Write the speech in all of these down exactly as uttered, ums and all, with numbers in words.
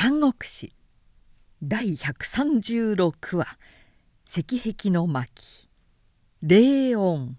三国志第ひゃくさんじゅうろくわ「石壁の巻」霊音。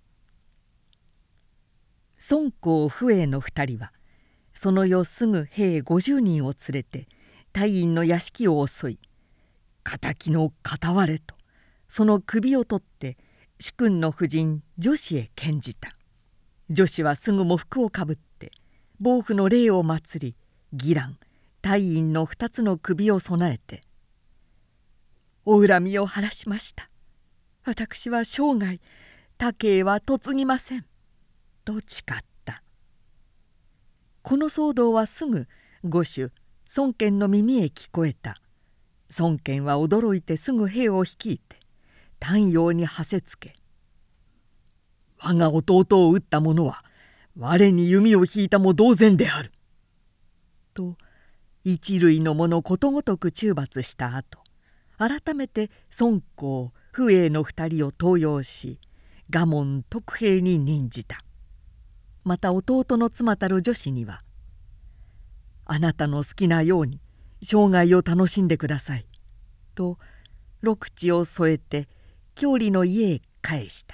孫公不衛の二人はその夜すぐ兵ごじゅうにんを連れて大院の屋敷を襲い「敵の片割れ」とその首を取って主君の夫人女子へ献じた。女子はすぐ喪服をかぶって防府の霊を祭り義蘭大院の二つの首を備えて「お恨みを晴らしました。私は生涯他家は嫁ぎません」と誓った。この騒動はすぐ御主孫権の耳へ聞こえた。孫権は驚いてすぐ兵を率いて丹陽にはせつけ「我が弟を討った者は我に弓を引いたも同然である」と一類の者ことごとく中罰した後、改めて孫公不衛の二人を登用し賀門徳平に任じた。また弟の妻たる女子には「あなたの好きなように生涯を楽しんでください」と禄地を添えて郷里の家へ返した。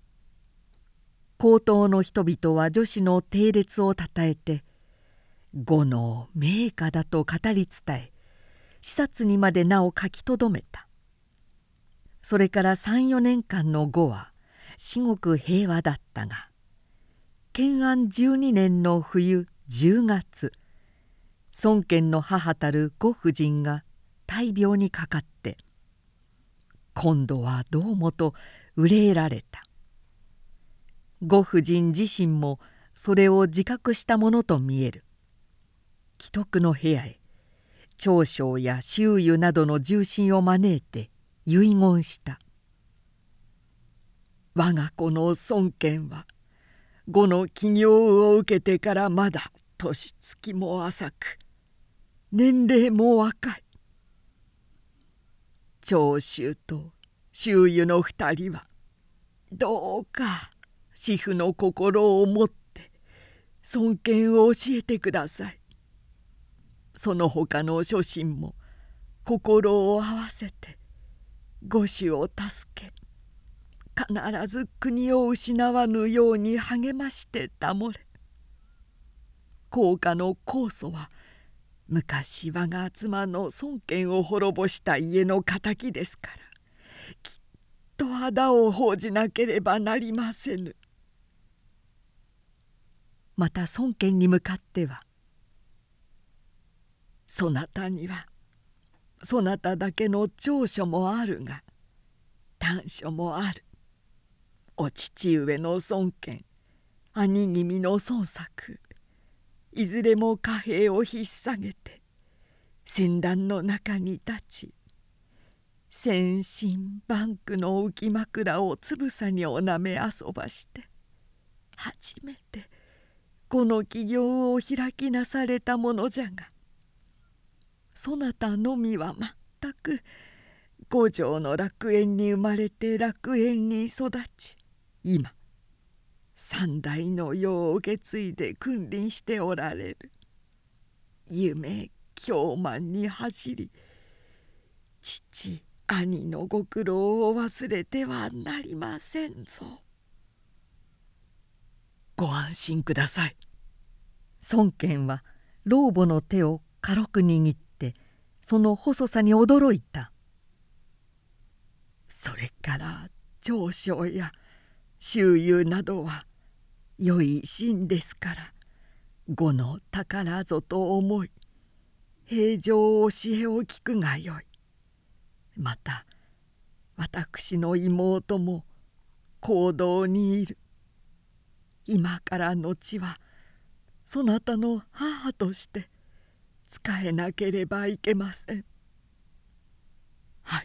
高等の人々は女子の貞烈をたたえて呉の名家だと語り伝え視察にまで名を書き留めた。それからさんよねんかんの呉は至極平和だったが建安じゅうにねんの冬じゅうがつ孫権の母たる呉夫人が大病にかかって今度はどうもと憂えられた。呉夫人自身もそれを自覚したものと見える。既得の部屋へ長将や周囲などの重臣を招いて遺言した「我が子の孫権は呉の起業を受けてからまだ年月も浅く年齢も若い。長州と周囲の二人はどうか主婦の心を持って孫権を教えてください。その他の諸臣も心を合わせて御主を助け必ず国を失わぬように励まして保れ。甲賀の高祖は昔我が妻の孫権を滅ぼした家の敵ですからきっと仇を報じなければなりませぬ」。また孫権に向かっては「そなたにはそなただけの長所もあるが短所もある。お父上の孫権兄君の孫作いずれも貨幣を引っ提げて戦乱の中に立ち先進バンクの浮枕をつぶさにおなめ遊ばして初めてこの企業を開きなされたものじゃがそなたのみは全く五条の楽園に生まれて楽園に育ち今三代の世を受け継いで君臨しておられる。夢狂慢に走り父兄のご苦労を忘れてはなりませんぞ。ご安心ください。孫権は老母の手を軽く握ってその細さに驚いた。それから長将や周囲などは良い臣ですから呉の宝ぞと思い平常教えを聞くがよい。また私の妹も講堂にいる。今から後はそなたの母として仕えなければいけません。はい。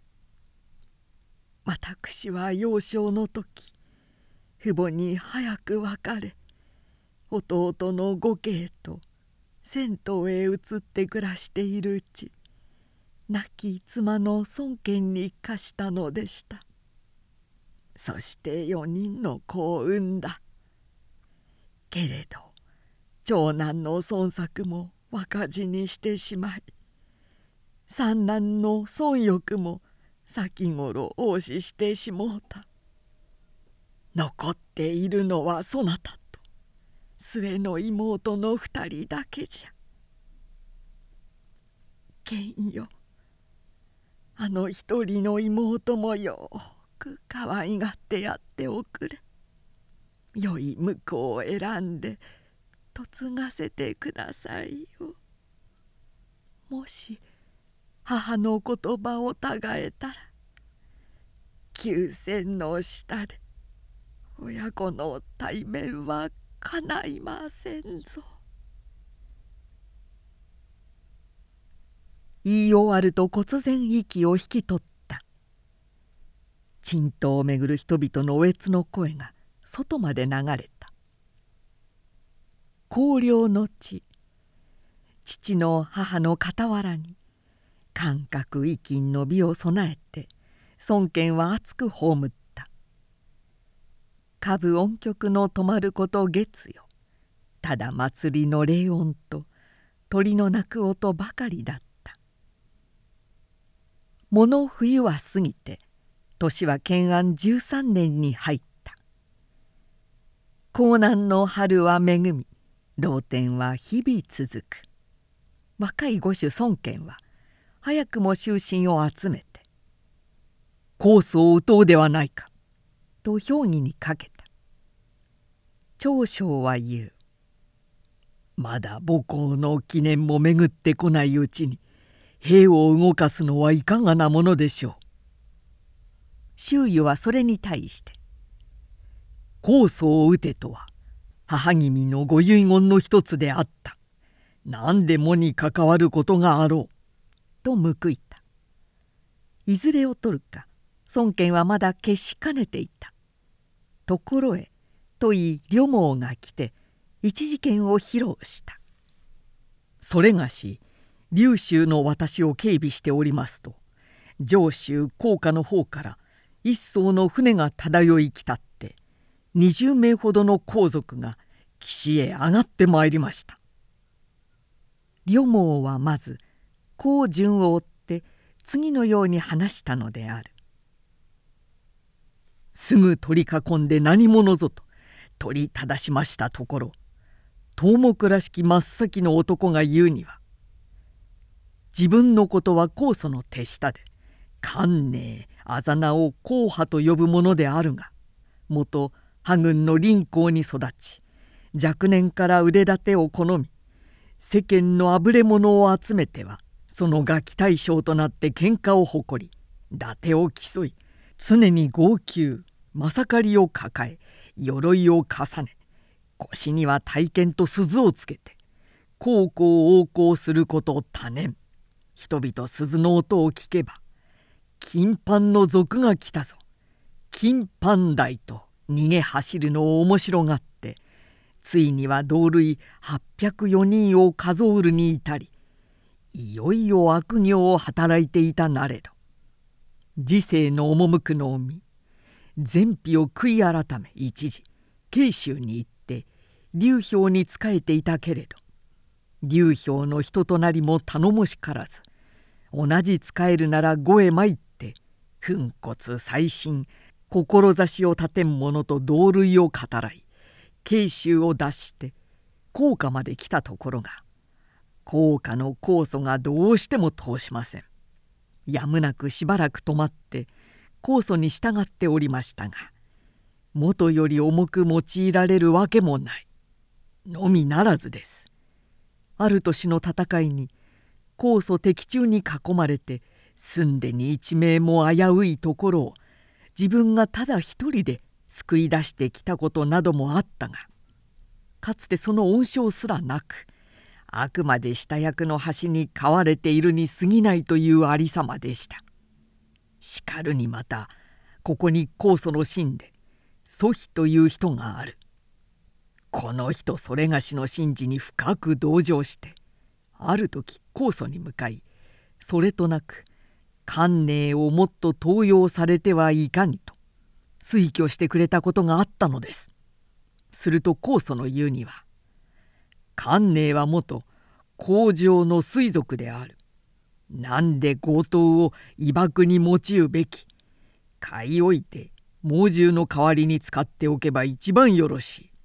私は幼少の時父母に早く別れ弟の呉慶と銭湯へ移って暮らしているうち亡き妻の孫権に貸したのでした。そしてよにんの子を産んだ。けれど長男の孫作も若死にしてしまい、三男の孫欲も先頃往死してしもうた。残っているのはそなたと末の妹の二人だけじゃ。健よ、あの一人の妹もよくかわいがってやっておくれ。良い婿を選んで嫁がせてくださいよ。もし母の言葉をたがえたら、九千の下で親子の対面はかないませんぞ。言い終わると忽然息を引き取った。沈痘をめぐる人々のおえつの声が外まで流れた。荒涼の地、父の母の傍らに感覚遺金の美を備えて孫権は熱く葬った。歌舞音曲の止まること月よ、ただ祭りの霊音と鳥の鳴く音ばかりだった。物冬は過ぎて年は建安じゅうさんねんに入った。江南の春は恵み、老天は日々続く。若い御主孫権は早くも衆臣を集めて「高祖を討とうではないか」と評議にかけた。長将は言う。まだ母校の記念も巡ってこないうちに兵を動かすのはいかがなものでしょう。周囲はそれに対して「高祖を討てとは母君のご遺言の一つであった。何でもに関わることがあろう」と報いた。いずれを取るか孫権はまだ決しかねていた。ところへとい呂蒙が来て一事件を披露した。それがし龍州の私を警備しておりますと、上州甲賀の方から一艘の船が漂い来たってにじゅうめいほどの皇族が岸へ上がってまいりました。呂蒙はまずこう順を追って次のように話したのである。すぐ取り囲んで何者ぞと取り正しましたところ、頭目らしき真っ先の男が言うには、自分のことは高祖の手下で寛寧あざ名を硬派と呼ぶものであるが、元破軍の林校に育ち若年から腕立てを好み、世間のあぶれ者を集めてはそのガキ大将となって喧嘩を誇り、伊達を競い、常に号泣まさかりを抱え、鎧を重ね、腰には大剣と鈴をつけて孝行横行することを多年。人々鈴の音を聞けば「金藩の賊が来たぞ、金藩台」と逃げ走るのを面白がって、ついには同類はっぴゃくよにんを数うるに至り、いよいよ悪行を働いていたなれど、時世の赴くのを見、前否を悔い改め一時慶州に行って劉氷に仕えていたけれど、劉氷の人となりも頼もしからず、同じ仕えるなら呉へ参って粉骨細心志を立てん者と同類を語らい、慶州を脱して甲賀まで来たところが、甲賀の高祖がどうしても通しません。やむなくしばらく泊まって高祖に従っておりましたが、元より重く用いられるわけもないのみならずです。ある年の戦いに高祖敵中に囲まれて住んでに一命も危ういところを自分がただ一人で救い出してきたことなどもあったが、かつてその恩賞すらなく、あくまで下役の端に飼われているに過ぎないというありさまでした。しかるにまたここに高祖の臣で祖父という人がある。この人それがしの神事に深く同情して、ある時高祖に向かい、それとなく寛寧をもっと登用されてはいかにと推挙してくれたことがあったのです。すると高祖の言うには、寛寧は元工場の水族である。なんで強盗を威爆に用うべき。買い置いて猛獣の代わりに使っておけば一番よろしい。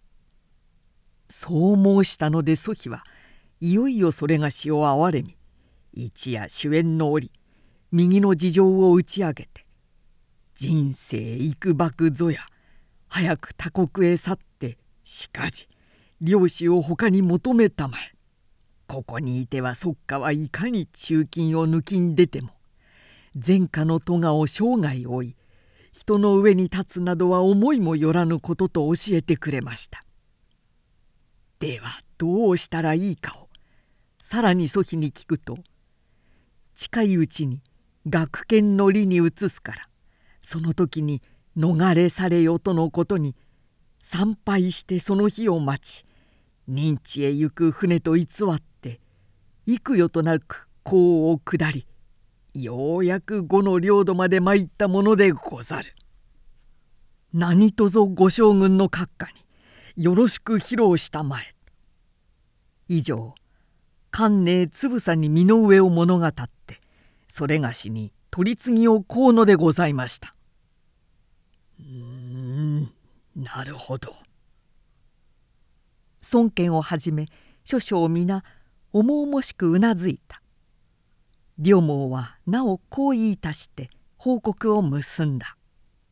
そう申したので祖妃はいよいよそれがしを哀れみ、一夜主演の折右の事情を打ち上げて「人生幾ばくぞや、早く他国へ去ってしかじ領主を他に求めたまえ。ここにいては即下はいかに中金を抜きん出ても前科の咎を生涯追い人の上に立つなどは思いもよらぬことと教えてくれました。ではどうしたらいいかをさらに祖妃に聞くと、近いうちに学研の利に移すからその時に逃れされよとのことに参拝してその日を待ち、任地へ行く船と偽って幾夜となく港を下り、ようやく呉の領土まで参ったものでござる。何とぞご将軍の閣下によろしく披露したまえ。以上寛寧つぶさに身の上を物語って、それがしに取り次ぎをこうのでございました。うーん、なるほど。孫権をはじめ諸将皆重々しくうなずいた。両毛はなおこう言いたして報告を結んだ。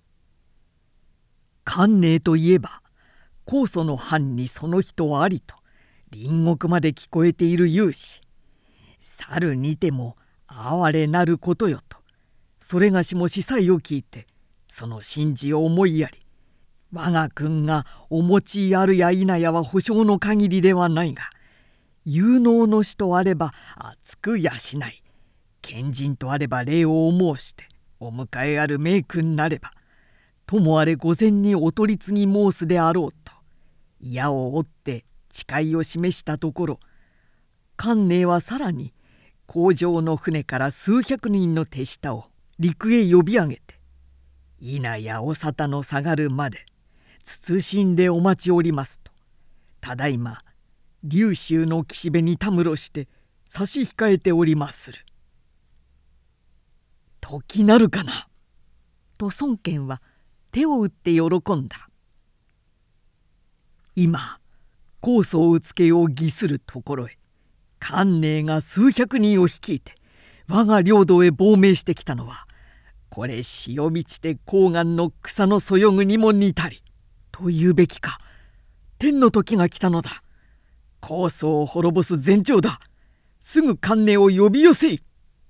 寛寧といえば高祖の藩にその人ありと隣国まで聞こえている有志、猿にても哀れなることよと、それがしも司祭を聞いてその神事を思いやり、我が君がお持ちあるや否やは保証の限りではないが、有能の士とあれば厚く養い、賢人とあれば礼を申してお迎えある名君なれば、ともあれ御前にお取り次ぎ申すであろうと矢を折って誓いを示したところ、寛寧はさらに工場の船から数百人の手下を陸へ呼び上げて、稲やお沙汰の下がるまで謹んでお待ちおりますと、ただいま龍州の岸辺にたむろして差し控えておりまする。時なるかな。と孫権は手を打って喜んだ。今高祖をうつけよう義するところへ寛寧が数百人を率いて我が領土へ亡命してきたのは、これ潮満ちて黄岩の草のそよぐにも似たりというべきか。天の時が来たのだ。高祖を滅ぼす前兆だ。すぐ寛寧を呼び寄せい。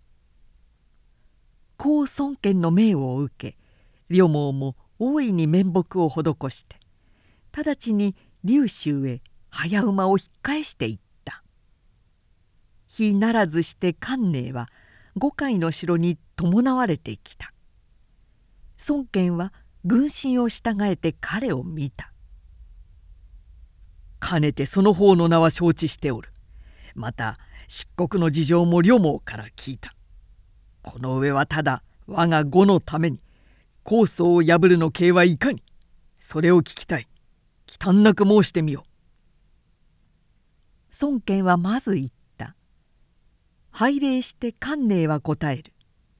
こう孫権の命を受け、両毛も大いに面目を施して直ちに龍州へ早馬を引っ返していった。日ならずして寛寧は五海の城に伴われてきた。孫権は軍神を従えて彼を見た。かねてその方の名は承知しておる。また出国の事情も両毛から聞いた。この上はただ我が呉のために高祖を破るの計はいかに、それを聞きたい。忌憚なく申してみよ。孫権はまず言った。拝礼して寛寧は答える。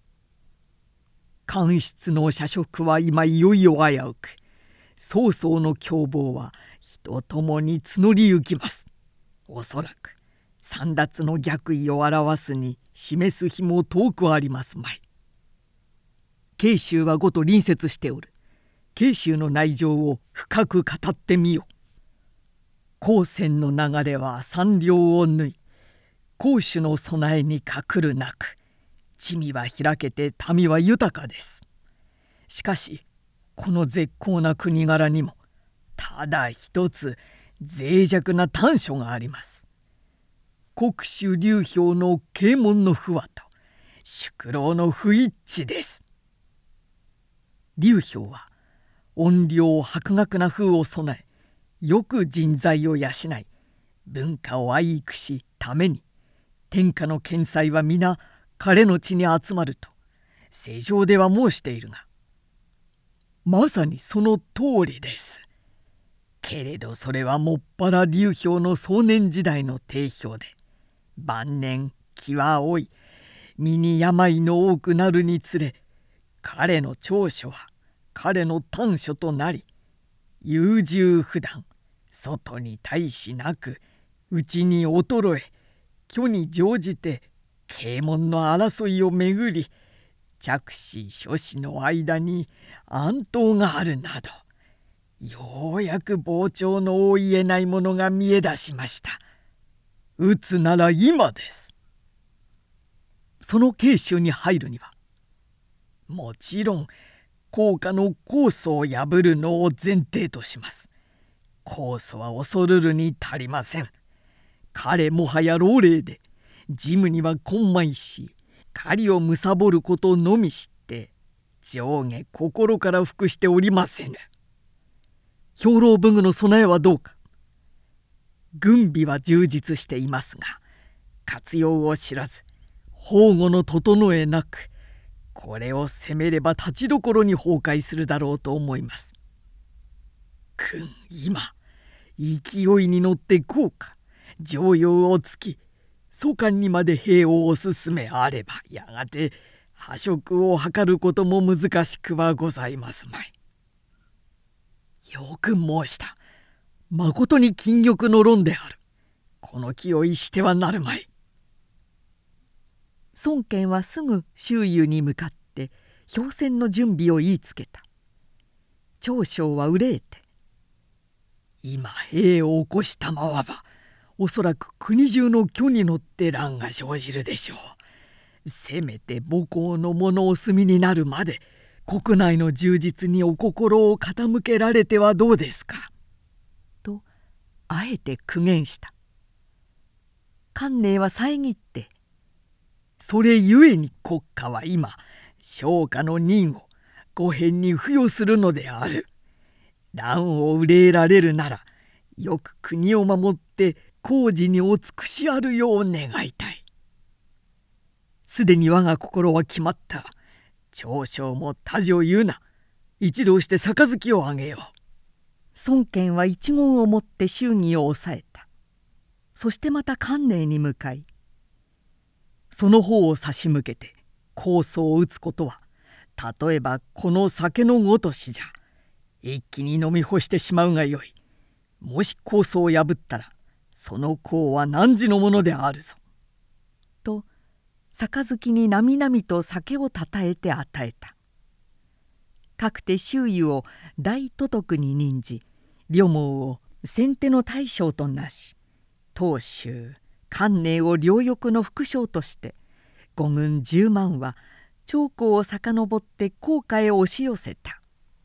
官室の社食は今いよいよ危うく、曹操の凶暴は人ともに募り行きます。おそらく簒奪の逆意を表すに示す日も遠くありますまい。慶州はごと隣接しておる。慶州の内情を深く語ってみよ。後世の流れは三両を縫い、攻守の備えにかくるなく、地味は開けて民は豊かです。しかしこの絶好な国柄にもただ一つ脆弱な短所があります。国主劉氷の啓門の不和と宿老の不一致です。劉氷は怨霊博学な風を備え、よく人材を養い、文化を愛育しために、天下の賢才は皆彼の地に集まると世上では申しているが、まさにその通りです。けれどそれはもっぱら劉氷の壮年時代の定評で、 晩年気は老い、身に病の多くなるにつれ、彼の長所は彼の短所となり、優柔不断、外に大志なく、内に衰え、虚に乗じて啓蒙の争いをめぐり、着手諸子の間に暗闘があるなど、ようやく傍聴の言えないものが見え出しました。打つなら今です。その慶州に入るには、もちろん高家の酵素を破るのを前提とします。酵素は恐るるに足りません。彼もはや老齢で、ジムには根邁し、狩りを貪ることのみ知って、上下心から服しておりませぬ。兵糧武具の備えはどうか。軍備は充実していますが、活用を知らず、防護の整えなく、これを攻めれば立ちどころに崩壊するだろうと思います。軍今勢いに乗って豪華常用をつき、蘇官にまで兵をお進めあれば、やがて破食を図ることも難しくはございますまい。よく申した。まことに金玉の論である。この気を逸してはなるまい。孫権はすぐ周囲に向かって兵戦の準備を言いつけた。長将は憂えて、今兵を起こしたまわば、おそらく国中の虚に乗って乱が生じるでしょう。せめて母校の者お住みになるまで、国内の充実にお心を傾けられてはどうですか。とあえて苦言した。関寧は遮って、それゆえに国家は今商家の任を御辺に付与するのである。乱を憂えられるなら、よく国を守って工事にお尽くしあるよう願いたい。すでに我が心は決まった。長将も他女言うな。一同して杯をあげよう。孫権は一言をもって祝儀を抑えた。そしてまた関寧に向かい、その方を差し向けて酵素を打つことは、例えばこの酒のごとしじゃ。一気に飲み干してしまうがよい。もし酵素を破ったら、その功は汝のものであるぞ。と杯になみなみと酒をたたえて与えた。かくて周囲を大都督に任じ、両毛を先手の大将となし、当主関寧を両翼の副将として、五軍十万は長江を遡って甲賀へ押し寄せた。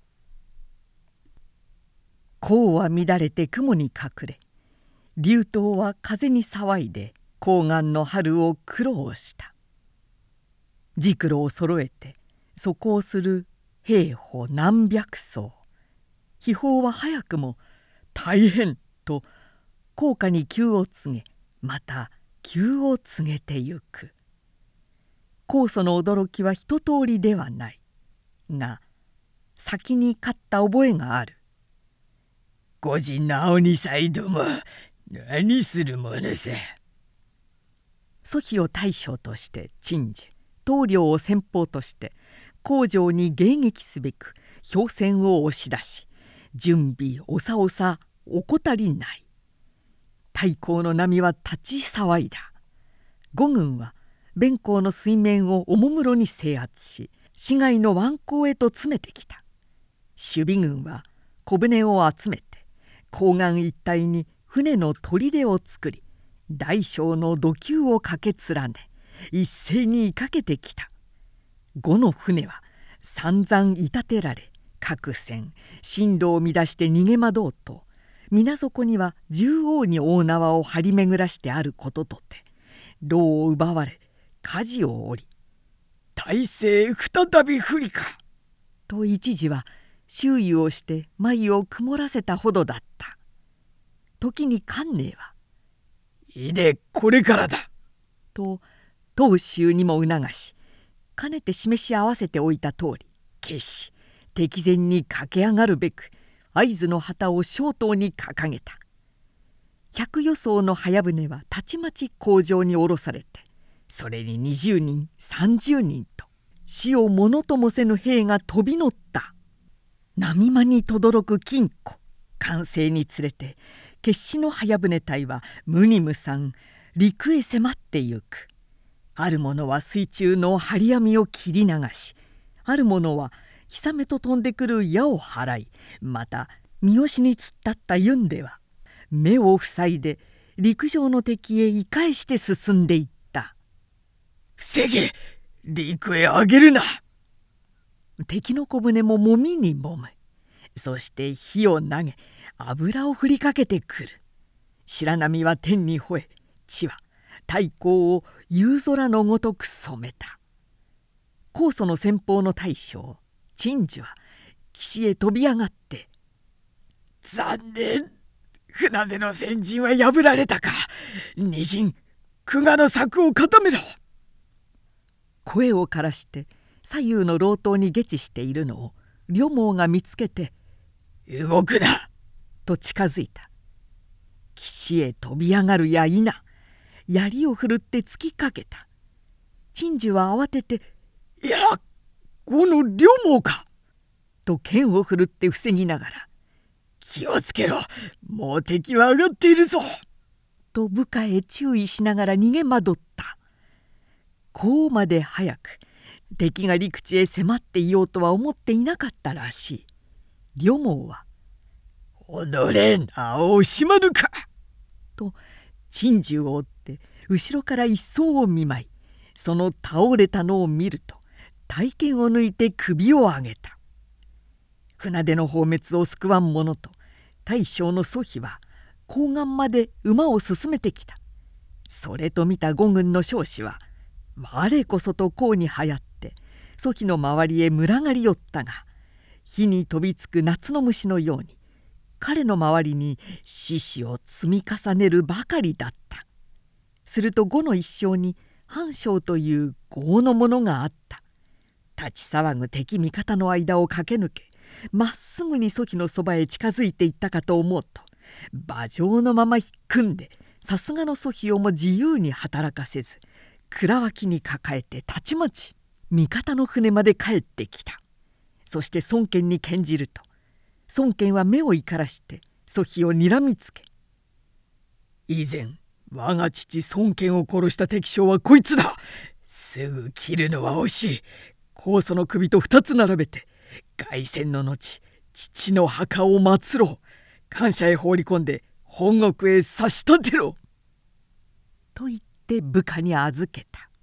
甲は乱れて雲に隠れ、竜頭は風に騒いで黄岩の春を苦労した。軸路をそろえてそこをする兵法何百艘。秘宝は早くも大変と甲賀に急を告げ、また急を告げてゆく。酵素の驚きは一通りではないが、先に勝った覚えがある。ごじ直にさいども、何するものさ。祖妃を大将として鎮じ、棟梁を先鋒として工場に迎撃すべく兵戦を押し出し、準備おさおさ怠りない。太閤の波は立ち騒いだ。五軍は弁江の水面をおもむろに制圧し、市街の湾口へと詰めてきた。守備軍は小舟を集めて港岸一帯に船の砦を作り、大小の土丘を駆け連ね一斉に追いかけてきた。呉の船は散々いたてられ、各船進路を乱して逃げ惑うと、水底には縦横に大縄を張り巡らしてあることとて、牢を奪われ舵を折り、大勢再び不利かと一時は周囲をして眉を曇らせたほどだった。時に関寧は「いでこれからだ」と当主にも促し、かねて示し合わせておいた通り、決し敵前に駆け上がるべく合図の旗を小刀に掲げた。 百余艘の早船はたちまち港上に下ろされて、それににじゅうにんさんじゅうにんと死をものともせぬ兵が飛び乗った。波間にとどろく金庫完成につれて、決死の早船隊は無に無産陸へ迫ってゆく。ある者は水中の針網を切り流し、ある者は氷雨と飛んでくる矢を払い、また三好に突っ立ったユンデは目を塞いで陸上の敵へ言い返して進んでいった。 防げ、陸へ上げるな。 敵の小舟ももみにもむ。そして火を投げ油を振りかけてくる。白波は天に吠え、地は太閤を夕空のごとく染めた。高祖の先方の大将陳寿は岸へ飛び上がって 「残念、船出の先陣は破られたか。二陣久我の策を固めろ。」 声をからして左右の老頭に下知しているのを両毛が見つけて 「動くな」 と近づいた。岸へ飛び上がるや否、槍を振るって突きかけた。陳寿は慌てて 「いや、この両毛か」 と剣を振るって防ぎながら 「気をつけろ、もう敵は上がっているぞ」 と部下へ注意しながら逃げ惑った。こうまで早く敵が陸地へ迫っていようとは思っていなかったらしい。両毛は 「おのれん、名を惜しまぬか」 と陳寿を追って後ろから一層を見舞い、その倒れたのを見ると大剣を抜いて首を上げた。船出の放滅を救わん者と大将の祖父は港岸まで馬を進めてきた。それと見た五軍の将士は我こそと甲にはやって祖父の周りへ群がり寄ったが、火に飛びつく夏の虫のように彼の周りに獅子を積み重ねるばかりだった。すると呉の一将に半将という豪の者があった。立ち騒ぐ敵味方の間を駆け抜け、まっすぐに祖父のそばへ近づいていったかと思うと、馬上のまま引っ組んでさすがの祖父をも自由に働かせず、蔵脇に抱えてたちまち味方の船まで帰ってきた。そして孫権に献じると、孫権は目を怒らして祖父をにらみつけ 「以前我が父孫権を殺した敵将はこいつだ。すぐ切るのは惜しい。高祖の首と二つ並べて凱旋の後父の墓を祀ろう。官舎へ放り込んで本国へ差し立てろ」 と言って部下に預けた。